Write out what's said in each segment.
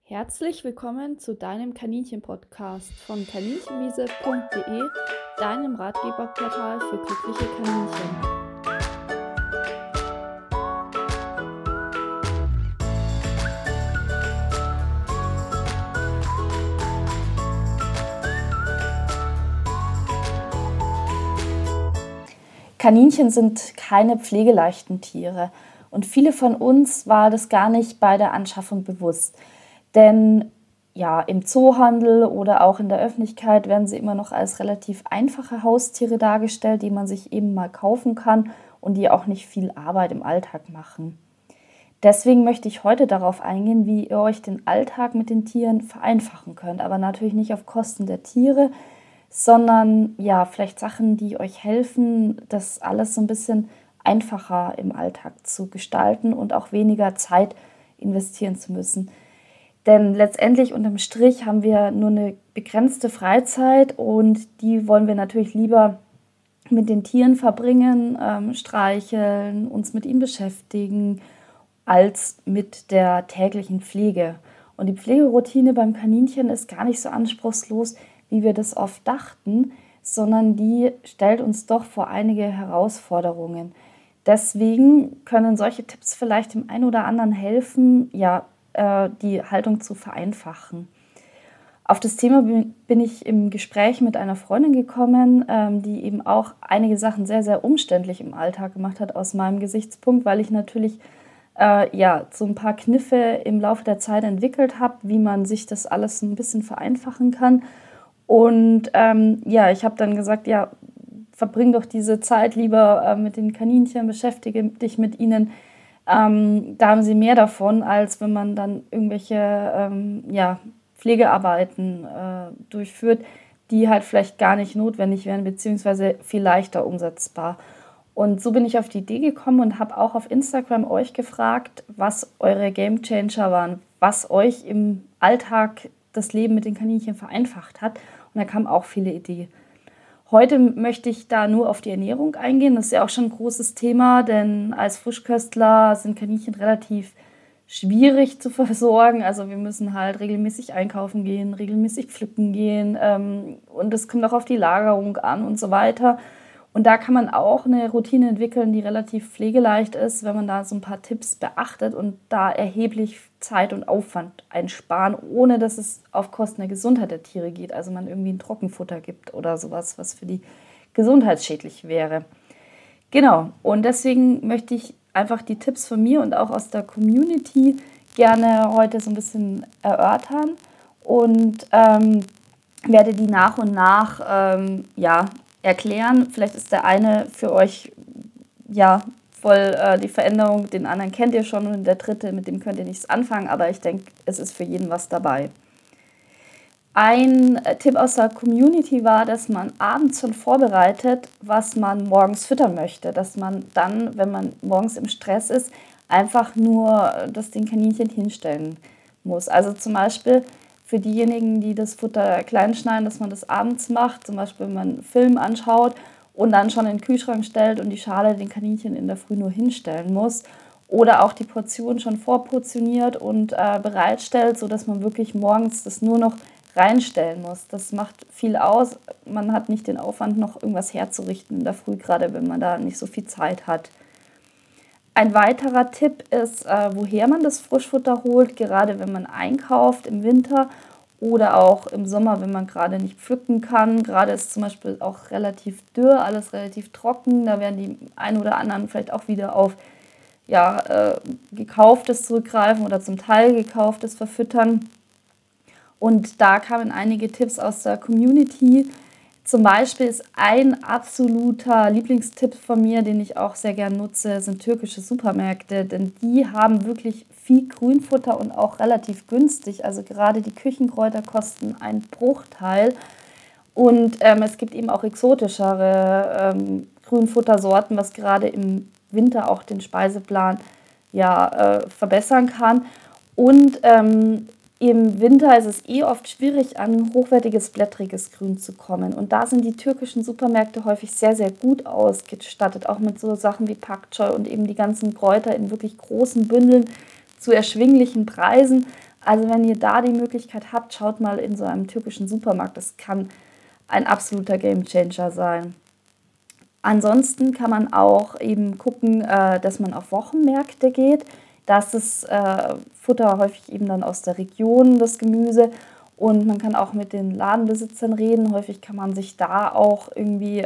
Herzlich willkommen zu deinem Kaninchen-Podcast von kaninchenwiese.de, deinem Ratgeberportal für glückliche Kaninchen. Kaninchen sind keine pflegeleichten Tiere und viele von uns war das gar nicht bei der Anschaffung bewusst. Denn ja, im Zoohandel oder auch in der Öffentlichkeit werden sie immer noch als relativ einfache Haustiere dargestellt, die man sich eben mal kaufen kann und die auch nicht viel Arbeit im Alltag machen. Deswegen möchte ich heute darauf eingehen, wie ihr euch den Alltag mit den Tieren vereinfachen könnt, aber natürlich nicht auf Kosten der Tiere, sondern ja, vielleicht Sachen, die euch helfen, das alles so ein bisschen einfacher im Alltag zu gestalten und auch weniger Zeit investieren zu müssen. Denn letztendlich unterm Strich haben wir nur eine begrenzte Freizeit und die wollen wir natürlich lieber mit den Tieren verbringen, streicheln, uns mit ihnen beschäftigen, als mit der täglichen Pflege. Und die Pflegeroutine beim Kaninchen ist gar nicht so anspruchslos, wie wir das oft dachten, sondern die stellt uns doch vor einige Herausforderungen. Deswegen können solche Tipps vielleicht dem einen oder anderen helfen, ja, die Haltung zu vereinfachen. Auf das Thema bin ich im Gespräch mit einer Freundin gekommen, die eben auch einige Sachen sehr, sehr umständlich im Alltag gemacht hat aus meinem Gesichtspunkt, weil ich natürlich ja, so ein paar Kniffe im Laufe der Zeit entwickelt habe, wie man sich das alles ein bisschen vereinfachen kann. Und ja, ich habe dann gesagt, ja, verbring doch diese Zeit lieber mit den Kaninchen, beschäftige dich mit ihnen. Da haben sie mehr davon, als wenn man dann irgendwelche ja, Pflegearbeiten durchführt, die halt vielleicht gar nicht notwendig wären, beziehungsweise viel leichter umsetzbar. Und so bin ich auf die Idee gekommen und habe auch auf Instagram euch gefragt, was eure Gamechanger waren, was euch im Alltag das Leben mit den Kaninchen vereinfacht hat. Und da kamen auch viele Ideen. Heute möchte ich da nur auf die Ernährung eingehen. Das ist ja auch schon ein großes Thema, denn als Frischköstler sind Kaninchen relativ schwierig zu versorgen. Also wir müssen halt regelmäßig einkaufen gehen, regelmäßig pflücken gehen und es kommt auch auf die Lagerung an und so weiter. Und da kann man auch eine Routine entwickeln, die relativ pflegeleicht ist, wenn man da so ein paar Tipps beachtet und da erheblich Zeit und Aufwand einsparen, ohne dass es auf Kosten der Gesundheit der Tiere geht. Also man irgendwie ein Trockenfutter gibt oder sowas, was für die Gesundheit schädlich wäre. Genau, und deswegen möchte ich einfach die Tipps von mir und auch aus der Community gerne heute so ein bisschen erörtern und werde die nach und nach ja, erklären. Vielleicht ist der eine für euch ja voll die Veränderung, den anderen kennt ihr schon und der dritte, mit dem könnt ihr nichts anfangen, aber ich denke, es ist für jeden was dabei. Ein Tipp aus der Community war, dass man abends schon vorbereitet, was man morgens füttern möchte. Dass man dann, wenn man morgens im Stress ist, einfach nur das den Kaninchen hinstellen muss. Also zum Beispiel für diejenigen, die das Futter klein schneiden, dass man das abends macht. Zum Beispiel, wenn man einen Film anschaut und dann schon in den Kühlschrank stellt und die Schale den Kaninchen in der Früh nur hinstellen muss. Oder auch die Portion schon vorportioniert und bereitstellt, sodass man wirklich morgens das nur noch reinstellen muss. Das macht viel aus. Man hat nicht den Aufwand, noch irgendwas herzurichten in der Früh, gerade wenn man da nicht so viel Zeit hat. Ein weiterer Tipp ist, woher man das Frischfutter holt, gerade wenn man einkauft im Winter oder auch im Sommer, wenn man gerade nicht pflücken kann. Gerade ist zum Beispiel auch relativ dürr, alles relativ trocken. Da werden die ein oder anderen vielleicht auch wieder auf ja, Gekauftes zurückgreifen oder zum Teil Gekauftes verfüttern. Und da kamen einige Tipps aus der Community. Zum Beispiel ist ein absoluter Lieblingstipp von mir, den ich auch sehr gern nutze, sind türkische Supermärkte. Denn die haben wirklich viel Grünfutter und auch relativ günstig. Also gerade die Küchenkräuter kosten einen Bruchteil. Und es gibt eben auch exotischere Grünfuttersorten, was gerade im Winter auch den Speiseplan ja, verbessern kann. Und im Winter ist es oft schwierig, an hochwertiges, blättriges Grün zu kommen. Und da sind die türkischen Supermärkte häufig sehr, sehr gut ausgestattet, auch mit so Sachen wie Pak Choi und eben die ganzen Kräuter in wirklich großen Bündeln zu erschwinglichen Preisen. Also wenn ihr da die Möglichkeit habt, schaut mal in so einem türkischen Supermarkt. Das kann ein absoluter Gamechanger sein. Ansonsten kann man auch eben gucken, dass man auf Wochenmärkte geht. Das ist Futter häufig eben dann aus der Region, das Gemüse. Und man kann auch mit den Ladenbesitzern reden. Häufig kann man sich da auch irgendwie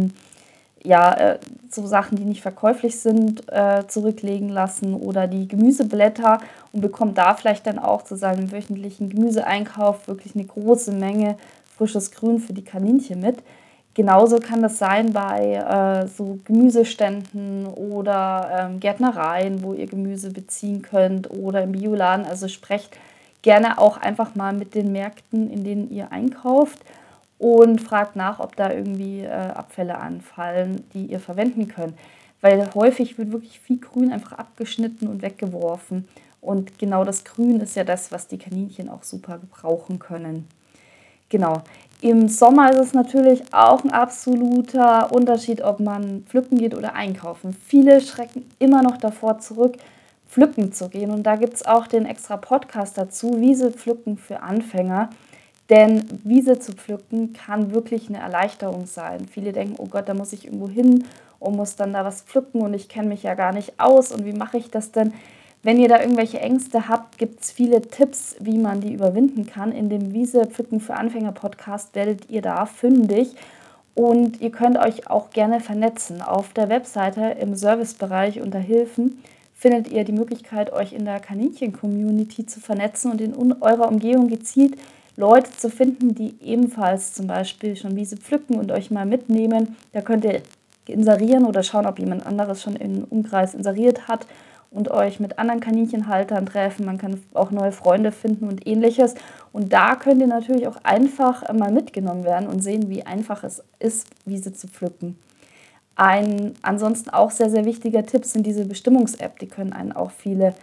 so Sachen, die nicht verkäuflich sind, zurücklegen lassen oder die Gemüseblätter und bekommt da vielleicht dann auch zu seinem wöchentlichen Gemüseeinkauf wirklich eine große Menge frisches Grün für die Kaninchen mit. Genauso kann das sein bei so Gemüseständen oder Gärtnereien, wo ihr Gemüse beziehen könnt oder im Bioladen. Also sprecht gerne auch einfach mal mit den Märkten, in denen ihr einkauft und fragt nach, ob da irgendwie Abfälle anfallen, die ihr verwenden könnt. Weil häufig wird wirklich viel Grün einfach abgeschnitten und weggeworfen. Und genau das Grün ist ja das, was die Kaninchen auch super gebrauchen können. Genau. Im Sommer ist es natürlich auch ein absoluter Unterschied, ob man pflücken geht oder einkaufen. Viele schrecken immer noch davor zurück, pflücken zu gehen. Und da gibt es auch den extra Podcast dazu, Wiese pflücken für Anfänger. Denn Wiese zu pflücken kann wirklich eine Erleichterung sein. Viele denken, oh Gott, da muss ich irgendwo hin und muss dann da was pflücken und ich kenne mich ja gar nicht aus und wie mache ich das denn? Wenn ihr da irgendwelche Ängste habt, gibt es viele Tipps, wie man die überwinden kann. In dem Wiese pflücken für Anfänger Podcast werdet ihr da fündig und ihr könnt euch auch gerne vernetzen. Auf der Webseite im Servicebereich unter Hilfen findet ihr die Möglichkeit, euch in der Kaninchen-Community zu vernetzen und in eurer Umgebung gezielt Leute zu finden, die ebenfalls zum Beispiel schon Wiese pflücken und euch mal mitnehmen. Da könnt ihr inserieren oder schauen, ob jemand anderes schon im Umkreis inseriert hat und euch mit anderen Kaninchenhaltern treffen. Man kann auch neue Freunde finden und ähnliches. Und da könnt ihr natürlich auch einfach mal mitgenommen werden und sehen, wie einfach es ist, Wiese zu pflücken. Ein ansonsten auch sehr, sehr wichtiger Tipp sind diese Bestimmungs-App. Die können einen auch viele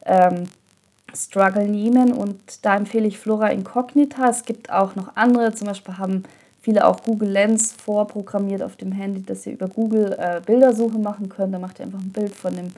Struggle nehmen und da empfehle ich Flora Incognita. Es gibt auch noch andere, zum Beispiel haben viele auch Google Lens vorprogrammiert auf dem Handy, dass ihr über Google Bildersuche machen könnt. Da macht ihr einfach ein Bild von dem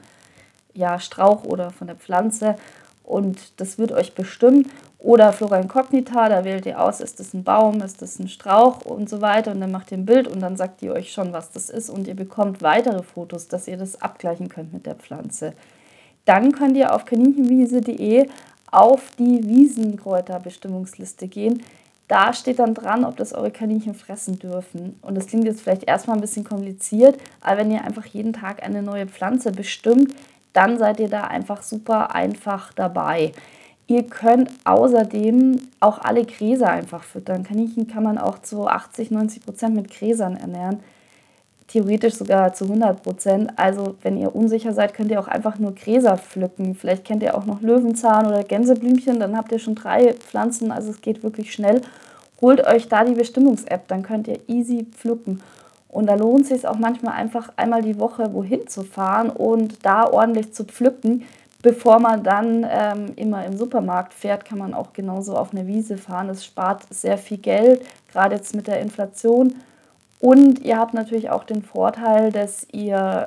Strauch oder von der Pflanze und das wird euch bestimmen. Oder Flora Incognita, da wählt ihr aus, ist das ein Baum, ist das ein Strauch und so weiter und dann macht ihr ein Bild und dann sagt ihr euch schon, was das ist und ihr bekommt weitere Fotos, dass ihr das abgleichen könnt mit der Pflanze. Dann könnt ihr auf kaninchenwiese.de auf die Wiesenkräuterbestimmungsliste gehen. Da steht dann dran, ob das eure Kaninchen fressen dürfen. Und das klingt jetzt vielleicht erstmal ein bisschen kompliziert, aber wenn ihr einfach jeden Tag eine neue Pflanze bestimmt, dann seid ihr da einfach super einfach dabei. Ihr könnt außerdem auch alle Gräser einfach füttern. Kaninchen kann man auch zu 80-90% mit Gräsern ernähren. Theoretisch sogar zu 100%. Also wenn ihr unsicher seid, könnt ihr auch einfach nur Gräser pflücken. Vielleicht kennt ihr auch noch Löwenzahn oder Gänseblümchen, dann habt ihr schon 3 Pflanzen, also es geht wirklich schnell. Holt euch da die Bestimmungs-App, dann könnt ihr easy pflücken. Und da lohnt es sich auch manchmal einfach einmal die Woche wohin zu fahren und da ordentlich zu pflücken. Bevor man dann immer im Supermarkt fährt, kann man auch genauso auf eine Wiese fahren. Das spart sehr viel Geld, gerade jetzt mit der Inflation. Und ihr habt natürlich auch den Vorteil, dass ihr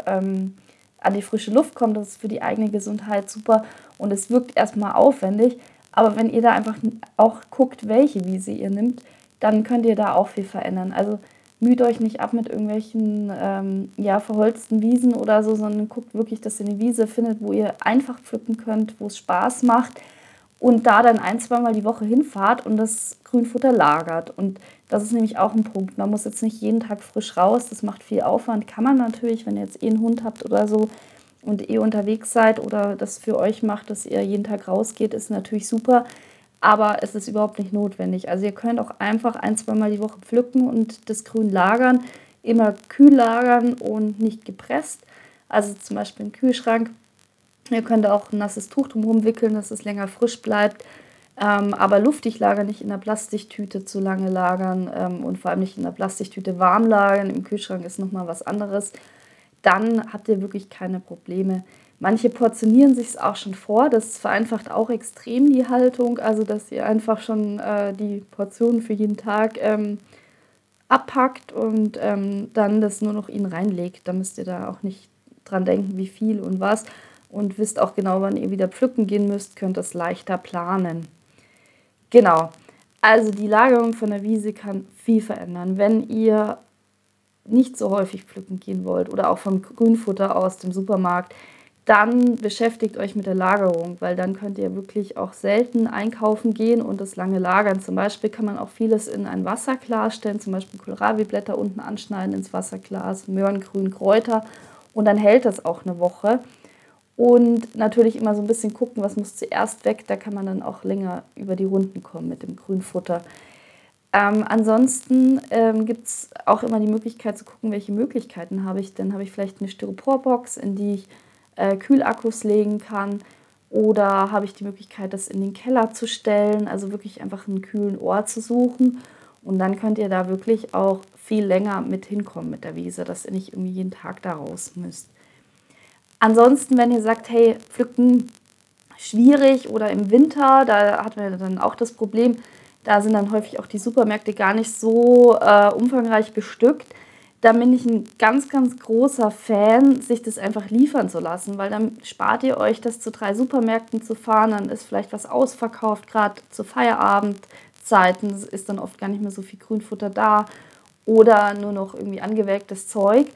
an die frische Luft kommt. Das ist für die eigene Gesundheit super und es wirkt erstmal aufwendig. Aber wenn ihr da einfach auch guckt, welche Wiese ihr nimmt, dann könnt ihr da auch viel verändern. Also müht euch nicht ab mit irgendwelchen verholzten Wiesen oder so, sondern guckt wirklich, dass ihr eine Wiese findet, wo ihr einfach pflücken könnt, wo es Spaß macht und da dann 1-2 Mal die Woche hinfahrt und das Grünfutter lagert. Und das ist nämlich auch ein Punkt. Man muss jetzt nicht jeden Tag frisch raus, das macht viel Aufwand. Kann man natürlich, wenn ihr jetzt einen Hund habt oder so und unterwegs seid oder das für euch macht, dass ihr jeden Tag rausgeht, ist natürlich super. Aber es ist überhaupt nicht notwendig. Also ihr könnt auch einfach 1-2 Mal die Woche pflücken und das Grün lagern. Immer kühl lagern und nicht gepresst. Also zum Beispiel im Kühlschrank. Ihr könnt auch ein nasses Tuch drumherum wickeln, dass es länger frisch bleibt. Aber luftig lagern, nicht in der Plastiktüte zu lange lagern und vor allem nicht in der Plastiktüte warm lagern. Im Kühlschrank ist nochmal was anderes. Dann habt ihr wirklich keine Probleme. Manche portionieren sich es auch schon vor. Das vereinfacht auch extrem die Haltung. Also, dass ihr einfach schon die Portionen für jeden Tag abpackt und dann das nur noch ihnen reinlegt. Da müsst ihr da auch nicht dran denken, wie viel und was. und wisst auch genau, wann ihr wieder pflücken gehen müsst, könnt das leichter planen. Genau, also die Lagerung von der Wiese kann viel verändern. Wenn ihr nicht so häufig pflücken gehen wollt oder auch vom Grünfutter aus dem Supermarkt, dann beschäftigt euch mit der Lagerung, weil dann könnt ihr wirklich auch selten einkaufen gehen und das lange lagern. Zum Beispiel kann man auch vieles in ein Wasserglas stellen, zum Beispiel Kohlrabi-Blätter unten anschneiden ins Wasserglas, Möhrengrün, Kräuter und dann hält das auch eine Woche. Und natürlich immer so ein bisschen gucken, was muss zuerst weg, da kann man dann auch länger über die Runden kommen mit dem Grünfutter. Ansonsten gibt es auch immer die Möglichkeit zu gucken, welche Möglichkeiten habe ich denn. Habe ich vielleicht eine Styroporbox, in die ich Kühlakkus legen kann, oder habe ich die Möglichkeit, das in den Keller zu stellen, also wirklich einfach einen kühlen Ort zu suchen. Und dann könnt ihr da wirklich auch viel länger mit hinkommen mit der Wiese, dass ihr nicht irgendwie jeden Tag da raus müsst. Ansonsten, wenn ihr sagt, hey, pflücken schwierig oder im Winter, da hat man dann auch das Problem, da sind dann häufig auch die Supermärkte gar nicht so umfangreich bestückt. Da bin ich ein ganz, ganz großer Fan, sich das einfach liefern zu lassen, weil dann spart ihr euch, das zu 3 Supermärkten zu fahren, dann ist vielleicht was ausverkauft, gerade zu Feierabendzeiten ist dann oft gar nicht mehr so viel Grünfutter da oder nur noch irgendwie angewelktes Zeug.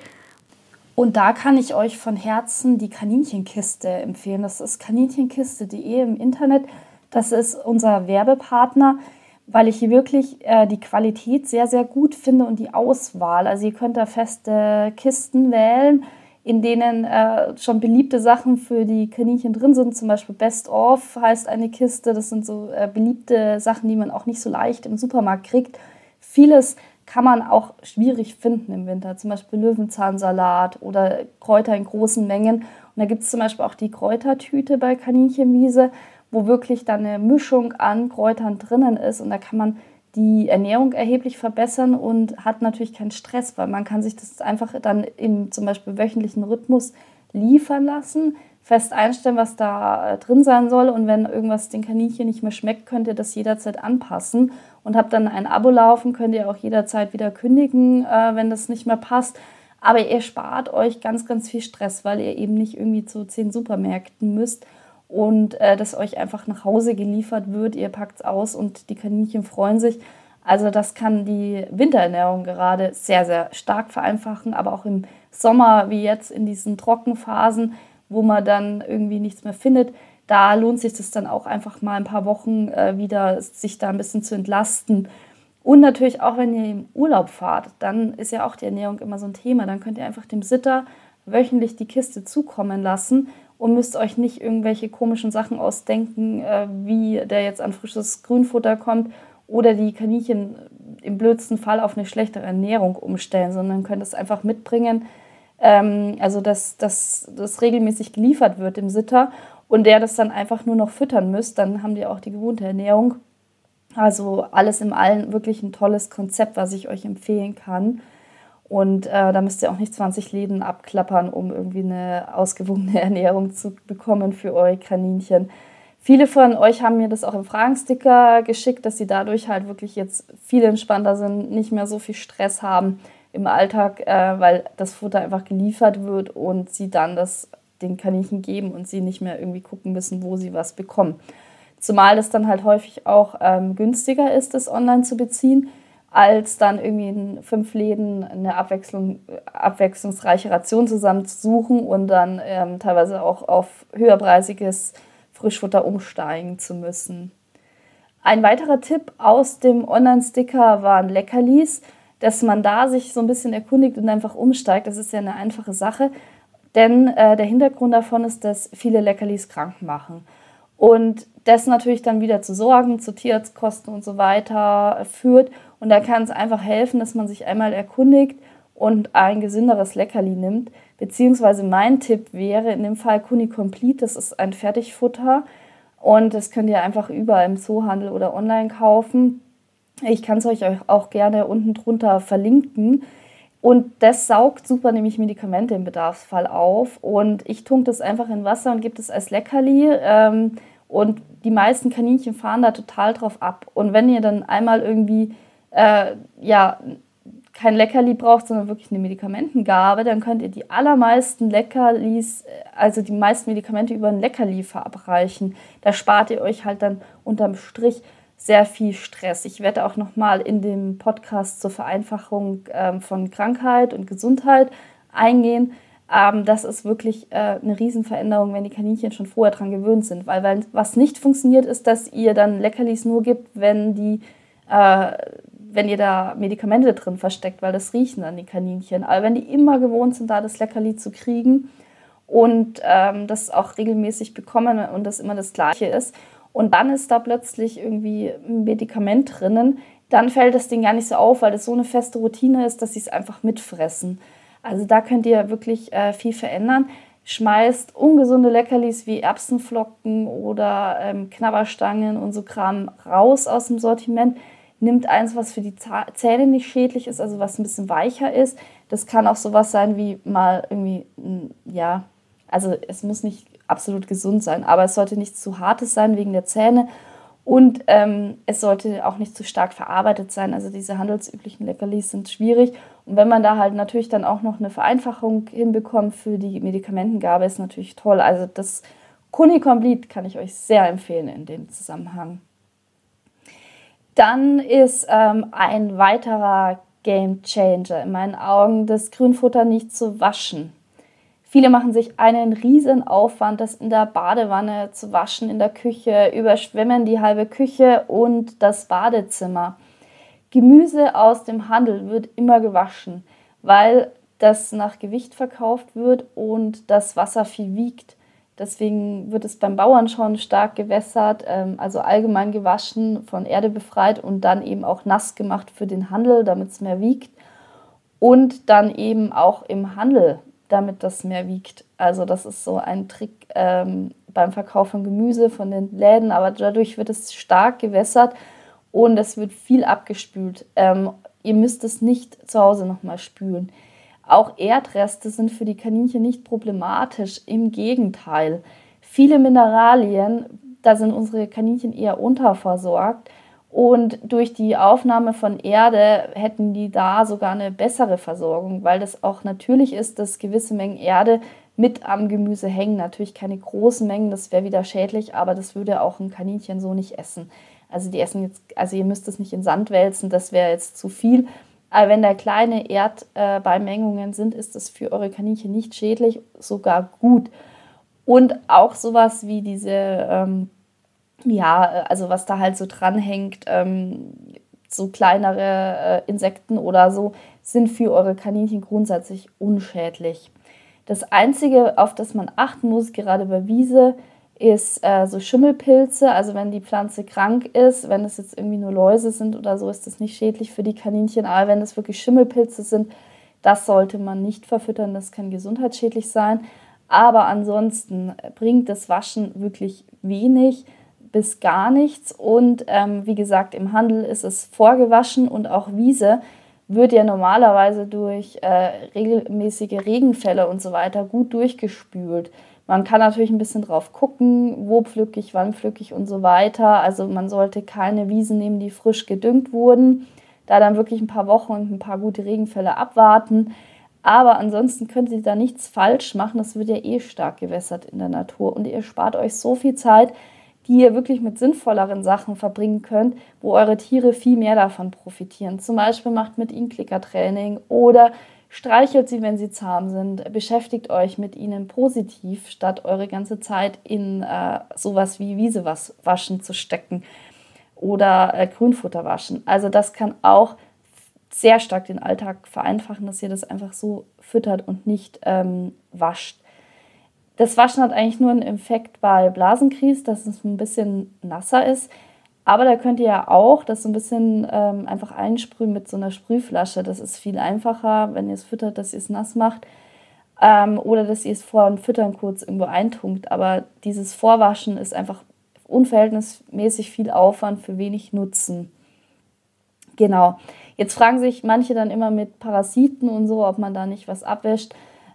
Und da kann ich euch von Herzen die Kaninchenkiste empfehlen. Das ist kaninchenkiste.de im Internet. Das ist unser Werbepartner, weil ich hier wirklich die Qualität sehr, sehr gut finde und die Auswahl. Also ihr könnt da feste Kisten wählen, in denen schon beliebte Sachen für die Kaninchen drin sind. Zum Beispiel Best of heißt eine Kiste. Das sind so beliebte Sachen, die man auch nicht so leicht im Supermarkt kriegt. Vieles kann man auch schwierig finden im Winter, zum Beispiel Löwenzahnsalat oder Kräuter in großen Mengen. Und da gibt es zum Beispiel auch die Kräutertüte bei Kaninchenwiese, wo wirklich dann eine Mischung an Kräutern drinnen ist. Und da kann man die Ernährung erheblich verbessern und hat natürlich keinen Stress, weil man kann sich das einfach dann im zum Beispiel wöchentlichen Rhythmus liefern lassen, fest einstellen, was da drin sein soll. Und wenn irgendwas den Kaninchen nicht mehr schmeckt, könnt ihr das jederzeit anpassen und habt dann ein Abo laufen, könnt ihr auch jederzeit wieder kündigen, wenn das nicht mehr passt. Aber ihr spart euch ganz, ganz viel Stress, weil ihr eben nicht irgendwie zu 10 Supermärkten müsst und das euch einfach nach Hause geliefert wird. Ihr packt es aus und die Kaninchen freuen sich. Also das kann die Winterernährung gerade sehr, sehr stark vereinfachen, aber auch im Sommer, wie jetzt in diesen Trockenphasen, wo man dann irgendwie nichts mehr findet, da lohnt sich das dann auch einfach mal ein paar Wochen wieder, sich da ein bisschen zu entlasten. Und natürlich auch, wenn ihr im Urlaub fahrt, dann ist ja auch die Ernährung immer so ein Thema. Dann könnt ihr einfach dem Sitter wöchentlich die Kiste zukommen lassen und müsst euch nicht irgendwelche komischen Sachen ausdenken, wie der jetzt an frisches Grünfutter kommt oder die Kaninchen im blödsten Fall auf eine schlechtere Ernährung umstellen, sondern könnt es einfach mitbringen, also dass das regelmäßig geliefert wird dem Sitter und der das dann einfach nur noch füttern müsst, dann haben die auch die gewohnte Ernährung. Also alles in allem wirklich ein tolles Konzept, was ich euch empfehlen kann. Und da müsst ihr auch nicht 20 Läden abklappern, um irgendwie eine ausgewogene Ernährung zu bekommen für eure Kaninchen. Viele von euch haben mir das auch im Fragensticker geschickt, dass sie dadurch halt wirklich jetzt viel entspannter sind, nicht mehr so viel Stress haben im Alltag, weil das Futter einfach geliefert wird und sie dann das den Kaninchen geben und sie nicht mehr irgendwie gucken müssen, wo sie was bekommen. Zumal das dann halt häufig auch günstiger ist, das online zu beziehen, als dann irgendwie in 5 Läden eine abwechslungsreiche Ration zusammenzusuchen und dann teilweise auch auf höherpreisiges Frischfutter umsteigen zu müssen. Ein weiterer Tipp aus dem Online-Sticker waren Leckerlis, dass man da sich so ein bisschen erkundigt und einfach umsteigt. Das ist ja eine einfache Sache, denn der Hintergrund davon ist, dass viele Leckerlis krank machen. Und das natürlich dann wieder zu Sorgen, zu Tierarztkosten und so weiter führt. Und da kann es einfach helfen, dass man sich einmal erkundigt und ein gesünderes Leckerli nimmt. Beziehungsweise mein Tipp wäre in dem Fall Kuni Complete, das ist ein Fertigfutter und das könnt ihr einfach überall im Zoohandel oder online kaufen. Ich kann es euch auch gerne unten drunter verlinken. Und das saugt super nämlich Medikamente im Bedarfsfall auf. Und ich tunke das einfach in Wasser und gebe das als Leckerli. Und die meisten Kaninchen fahren da total drauf ab. Und wenn ihr dann einmal irgendwie kein Leckerli braucht, sondern wirklich eine Medikamentengabe, dann könnt ihr die allermeisten Leckerlis, also die meisten Medikamente über ein Leckerli verabreichen. Da spart ihr euch halt dann unterm Strich sehr viel Stress. Ich werde auch nochmal in dem Podcast zur Vereinfachung von Krankheit und Gesundheit eingehen. Das ist wirklich eine Riesenveränderung, wenn die Kaninchen schon vorher dran gewöhnt sind. Weil was nicht funktioniert, ist, dass ihr dann Leckerlis nur gibt, wenn ihr da Medikamente drin versteckt, weil das riechen dann die Kaninchen. Aber wenn die immer gewohnt sind, da das Leckerli zu kriegen und das auch regelmäßig bekommen und das immer das Gleiche ist und dann ist da plötzlich irgendwie ein Medikament drinnen, dann fällt das Ding gar nicht so auf, weil das so eine feste Routine ist, dass sie es einfach mitfressen. Also da könnt ihr wirklich viel verändern. Schmeißt ungesunde Leckerlis wie Erbsenflocken oder Knabberstangen und so Kram raus aus dem Sortiment. Nimmt eins, was für die Zähne nicht schädlich ist, also was ein bisschen weicher ist. Das kann auch sowas sein wie mal irgendwie, ja, also es muss nicht absolut gesund sein, aber es sollte nichts zu Hartes sein wegen der Zähne und es sollte auch nicht zu stark verarbeitet sein. Also diese handelsüblichen Leckerlis sind schwierig und wenn man da halt natürlich dann auch noch eine Vereinfachung hinbekommt für die Medikamentengabe, ist natürlich toll. Also das Kuni-Complete kann ich euch sehr empfehlen in dem Zusammenhang. Dann ist ein weiterer Game Changer in meinen Augen das Grünfutter nicht zu waschen. Viele machen sich einen riesen Aufwand, das in der Badewanne zu waschen, in der Küche, überschwemmen die halbe Küche und das Badezimmer. Gemüse aus dem Handel wird immer gewaschen, weil das nach Gewicht verkauft wird und das Wasser viel wiegt. Deswegen wird es beim Bauern schon stark gewässert, also allgemein gewaschen, von Erde befreit und dann eben auch nass gemacht für den Handel, damit es mehr wiegt. Und dann eben auch im Handel, damit das mehr wiegt. Also das ist so ein Trick beim Verkauf von Gemüse von den Läden, aber dadurch wird es stark gewässert und es wird viel abgespült. Ihr müsst es nicht zu Hause nochmal spülen. Auch Erdreste sind für die Kaninchen nicht problematisch, im Gegenteil. Viele Mineralien, da sind unsere Kaninchen eher unterversorgt und durch die Aufnahme von Erde hätten die da sogar eine bessere Versorgung, weil das auch natürlich ist, dass gewisse Mengen Erde mit am Gemüse hängen. Natürlich keine großen Mengen, das wäre wieder schädlich, aber das würde auch ein Kaninchen so nicht essen. Also die essen jetzt, also ihr müsst es nicht in Sand wälzen, das wäre jetzt zu viel. Aber wenn da kleine Erdbeimengungen sind, ist das für eure Kaninchen nicht schädlich, sogar gut. Und auch sowas wie diese, also was da halt so dranhängt, so kleinere Insekten oder so, sind für eure Kaninchen grundsätzlich unschädlich. Das Einzige, auf das man achten muss, gerade bei Wiese, ist so Schimmelpilze, also wenn die Pflanze krank ist, wenn es jetzt irgendwie nur Läuse sind oder so, ist das nicht schädlich für die Kaninchen, aber wenn es wirklich Schimmelpilze sind, das sollte man nicht verfüttern, das kann gesundheitsschädlich sein, aber ansonsten bringt das Waschen wirklich wenig bis gar nichts und wie gesagt, im Handel ist es vorgewaschen und auch Wiese wird ja normalerweise durch regelmäßige Regenfälle und so weiter gut durchgespült. Man kann natürlich ein bisschen drauf gucken, wo pflücke ich, wann pflücke ich und so weiter. Also man sollte keine Wiesen nehmen, die frisch gedüngt wurden, da dann wirklich ein paar Wochen und ein paar gute Regenfälle abwarten. Aber ansonsten könnt ihr da nichts falsch machen, das wird ja eh stark gewässert in der Natur und ihr spart euch so viel Zeit, die ihr wirklich mit sinnvolleren Sachen verbringen könnt, wo eure Tiere viel mehr davon profitieren. Zum Beispiel macht mit ihnen Klickertraining oder streichelt sie, wenn sie zahm sind, beschäftigt euch mit ihnen positiv, statt eure ganze Zeit in sowas wie Wiese waschen zu stecken oder Grünfutter waschen. Also das kann auch sehr stark den Alltag vereinfachen, dass ihr das einfach so füttert und nicht wascht. Das Waschen hat eigentlich nur einen Effekt bei Blasenkries, dass es ein bisschen nasser ist. Aber da könnt ihr ja auch das so ein bisschen einfach einsprühen mit so einer Sprühflasche. Das ist viel einfacher, wenn ihr es füttert, dass ihr es nass macht. Oder dass ihr es vor dem Füttern kurz irgendwo eintunkt. Aber dieses Vorwaschen ist einfach unverhältnismäßig viel Aufwand für wenig Nutzen. Genau. Jetzt fragen sich manche dann immer mit Parasiten und so, ob man da nicht was abwäscht.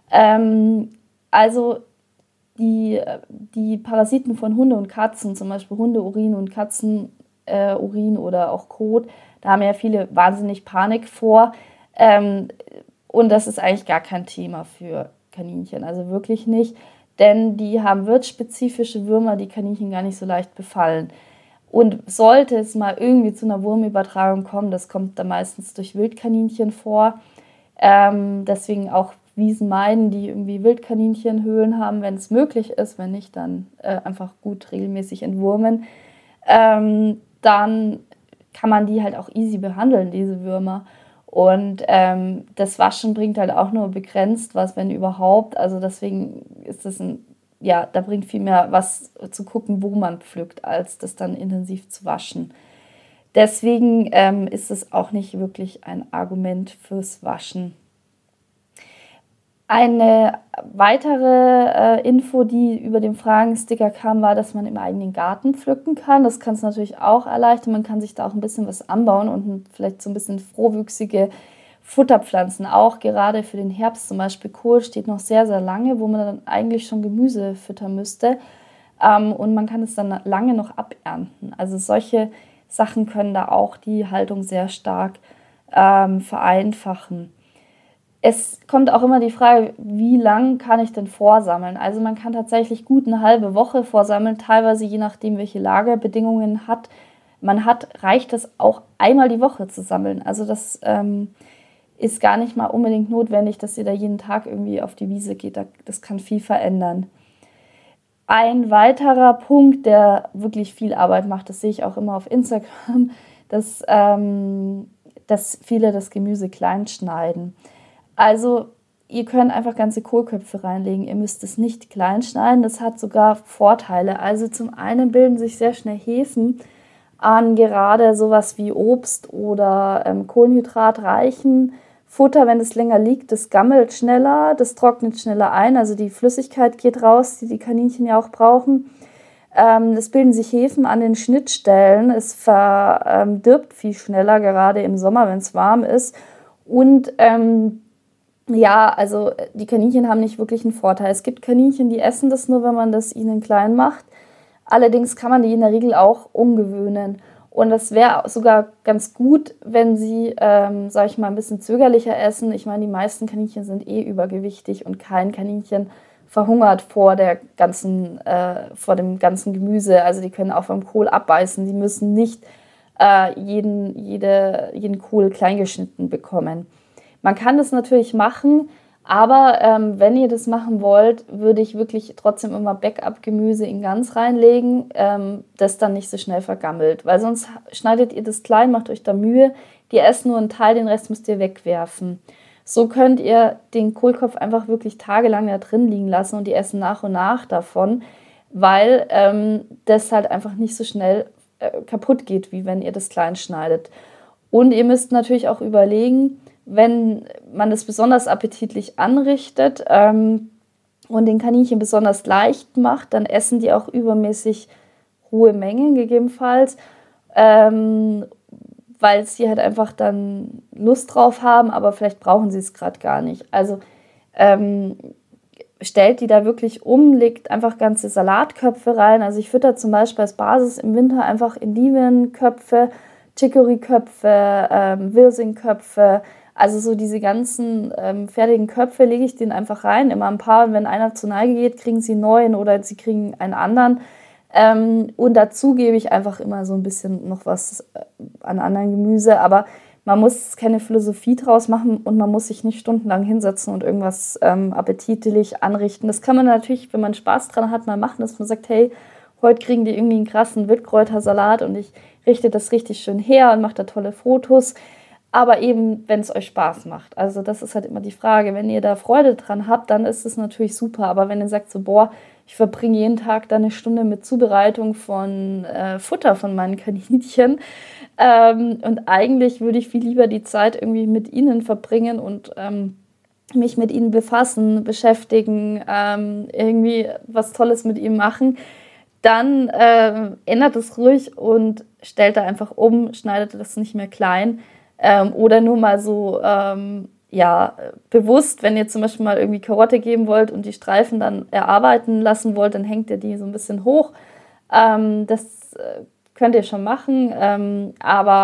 Also die Parasiten von Hunde und Katzen, zum Beispiel Hundeurin und Katzenurin oder auch Kot, da haben ja viele wahnsinnig Panik vor. Ähm, und das ist eigentlich gar kein Thema für Kaninchen, also wirklich nicht, denn die haben wirtsspezifische Würmer, die Kaninchen gar nicht so leicht befallen. Und sollte es mal irgendwie zu einer Wurmübertragung kommen, das kommt dann meistens durch Wildkaninchen vor, deswegen auch Wiesen meiden, die irgendwie Wildkaninchenhöhlen haben, wenn es möglich ist, wenn nicht, dann einfach gut regelmäßig entwurmen. Dann kann man die halt auch easy behandeln, diese Würmer. Und das Waschen bringt halt auch nur begrenzt was, wenn überhaupt. Also deswegen ist das ja, da bringt viel mehr was zu gucken, wo man pflückt, als das dann intensiv zu waschen. Deswegen ist es auch nicht wirklich ein Argument fürs Waschen. Eine weitere Info, die über den Fragensticker kam, war, dass man im eigenen Garten pflücken kann. Das kann es natürlich auch erleichtern. Man kann sich da auch ein bisschen was anbauen und vielleicht so ein bisschen frohwüchsige Futterpflanzen. Auch gerade für den Herbst zum Beispiel Kohl steht noch sehr, sehr lange, wo man dann eigentlich schon Gemüse füttern müsste. Und man kann es dann lange noch abernten. Also solche Sachen können da auch die Haltung sehr stark vereinfachen. Es kommt auch immer die Frage, wie lang kann ich denn vorsammeln? Also man kann tatsächlich gut eine halbe Woche vorsammeln, teilweise je nachdem, welche Lagerbedingungen man hat, reicht es auch einmal die Woche zu sammeln. Also das ist gar nicht mal unbedingt notwendig, dass ihr da jeden Tag irgendwie auf die Wiese geht. Das kann viel verändern. Ein weiterer Punkt, der wirklich viel Arbeit macht, das sehe ich auch immer auf Instagram, dass viele das Gemüse klein schneiden. Also ihr könnt einfach ganze Kohlköpfe reinlegen, ihr müsst es nicht klein schneiden, das hat sogar Vorteile. Also zum einen bilden sich sehr schnell Hefen an gerade sowas wie Obst oder kohlenhydratreichen Futter, wenn es länger liegt, das gammelt schneller, das trocknet schneller ein, also die Flüssigkeit geht raus, die die Kaninchen ja auch brauchen. Es bilden sich Hefen an den Schnittstellen, es verdirbt viel schneller, gerade im Sommer, wenn es warm ist. Und ja, also die Kaninchen haben nicht wirklich einen Vorteil. Es gibt Kaninchen, die essen das nur, wenn man das ihnen klein macht. Allerdings kann man die in der Regel auch umgewöhnen. Und das wäre sogar ganz gut, wenn sie, sage ich mal, ein bisschen zögerlicher essen. Ich meine, die meisten Kaninchen sind eh übergewichtig und kein Kaninchen verhungert vor dem ganzen Gemüse. Also die können auch vom Kohl abbeißen. Die müssen nicht jeden Kohl kleingeschnitten bekommen. Man kann das natürlich machen, aber wenn ihr das machen wollt, würde ich wirklich trotzdem immer Backup-Gemüse in ganz reinlegen, das dann nicht so schnell vergammelt. Weil sonst schneidet ihr das klein, macht euch da Mühe, die essen nur einen Teil, den Rest müsst ihr wegwerfen. So könnt ihr den Kohlkopf einfach wirklich tagelang da drin liegen lassen und die essen nach und nach davon, weil das halt einfach nicht so schnell kaputt geht, wie wenn ihr das klein schneidet. Und ihr müsst natürlich auch überlegen, wenn man das besonders appetitlich anrichtet und den Kaninchen besonders leicht macht, dann essen die auch übermäßig hohe Mengen gegebenenfalls, weil sie halt einfach dann Lust drauf haben, aber vielleicht brauchen sie es gerade gar nicht. Also stellt die da wirklich um, legt einfach ganze Salatköpfe rein. Also ich fütter zum Beispiel als Basis im Winter einfach Endivenköpfe, Chicory-Köpfe, Wirsingköpfe. Also so diese ganzen fertigen Köpfe lege ich denen einfach rein, immer ein paar. Und wenn einer zur Neige geht, kriegen sie einen neuen oder sie kriegen einen anderen. Und dazu gebe ich einfach immer so ein bisschen noch was an anderen Gemüse. Aber man muss keine Philosophie draus machen und man muss sich nicht stundenlang hinsetzen und irgendwas appetitlich anrichten. Das kann man natürlich, wenn man Spaß dran hat, mal machen, dass man sagt, hey, heute kriegen die irgendwie einen krassen Wildkräutersalat und ich richte das richtig schön her und mache da tolle Fotos. Aber eben, wenn es euch Spaß macht. Also das ist halt immer die Frage. Wenn ihr da Freude dran habt, dann ist es natürlich super. Aber wenn ihr sagt so, boah, ich verbringe jeden Tag da eine Stunde mit Zubereitung von Futter von meinen Kaninchen und eigentlich würde ich viel lieber die Zeit irgendwie mit ihnen verbringen und mich mit ihnen befassen, beschäftigen, irgendwie was Tolles mit ihnen machen, dann ändert es ruhig und stellt da einfach um, schneidet das nicht mehr klein. Oder nur mal so bewusst, wenn ihr zum Beispiel mal irgendwie Karotte geben wollt und die Streifen dann erarbeiten lassen wollt, dann hängt ihr die so ein bisschen hoch. Das könnt ihr schon machen, aber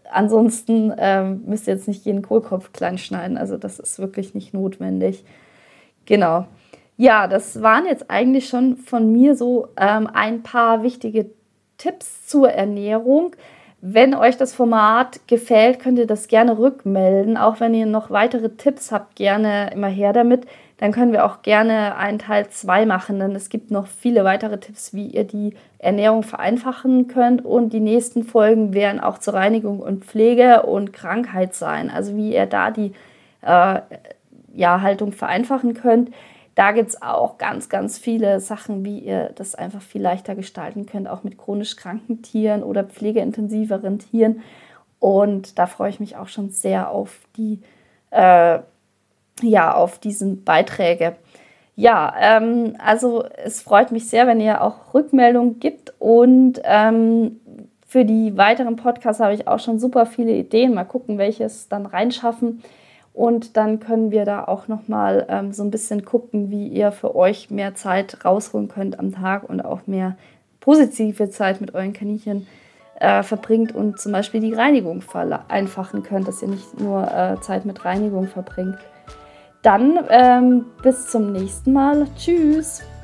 ansonsten müsst ihr jetzt nicht jeden Kohlkopf klein schneiden. Also das ist wirklich nicht notwendig. Genau. Ja, das waren jetzt eigentlich schon von mir so ein paar wichtige Tipps zur Ernährung. Wenn euch das Format gefällt, könnt ihr das gerne rückmelden. Auch wenn ihr noch weitere Tipps habt, gerne immer her damit. Dann können wir auch gerne einen Teil 2 machen, denn es gibt noch viele weitere Tipps, wie ihr die Ernährung vereinfachen könnt. Und die nächsten Folgen werden auch zur Reinigung und Pflege und Krankheit sein. Also wie ihr da die Haltung vereinfachen könnt. Da gibt es auch ganz, ganz viele Sachen, wie ihr das einfach viel leichter gestalten könnt, auch mit chronisch kranken Tieren oder pflegeintensiveren Tieren. Und da freue ich mich auch schon sehr auf auf diesen Beiträge. Ja, also es freut mich sehr, wenn ihr auch Rückmeldungen gibt. Und für die weiteren Podcasts habe ich auch schon super viele Ideen. Mal gucken, welche es dann reinschaffen. Und dann können wir da auch nochmal so ein bisschen gucken, wie ihr für euch mehr Zeit rausholen könnt am Tag und auch mehr positive Zeit mit euren Kaninchen verbringt und zum Beispiel die Reinigung vereinfachen könnt, dass ihr nicht nur Zeit mit Reinigung verbringt. Dann bis zum nächsten Mal. Tschüss!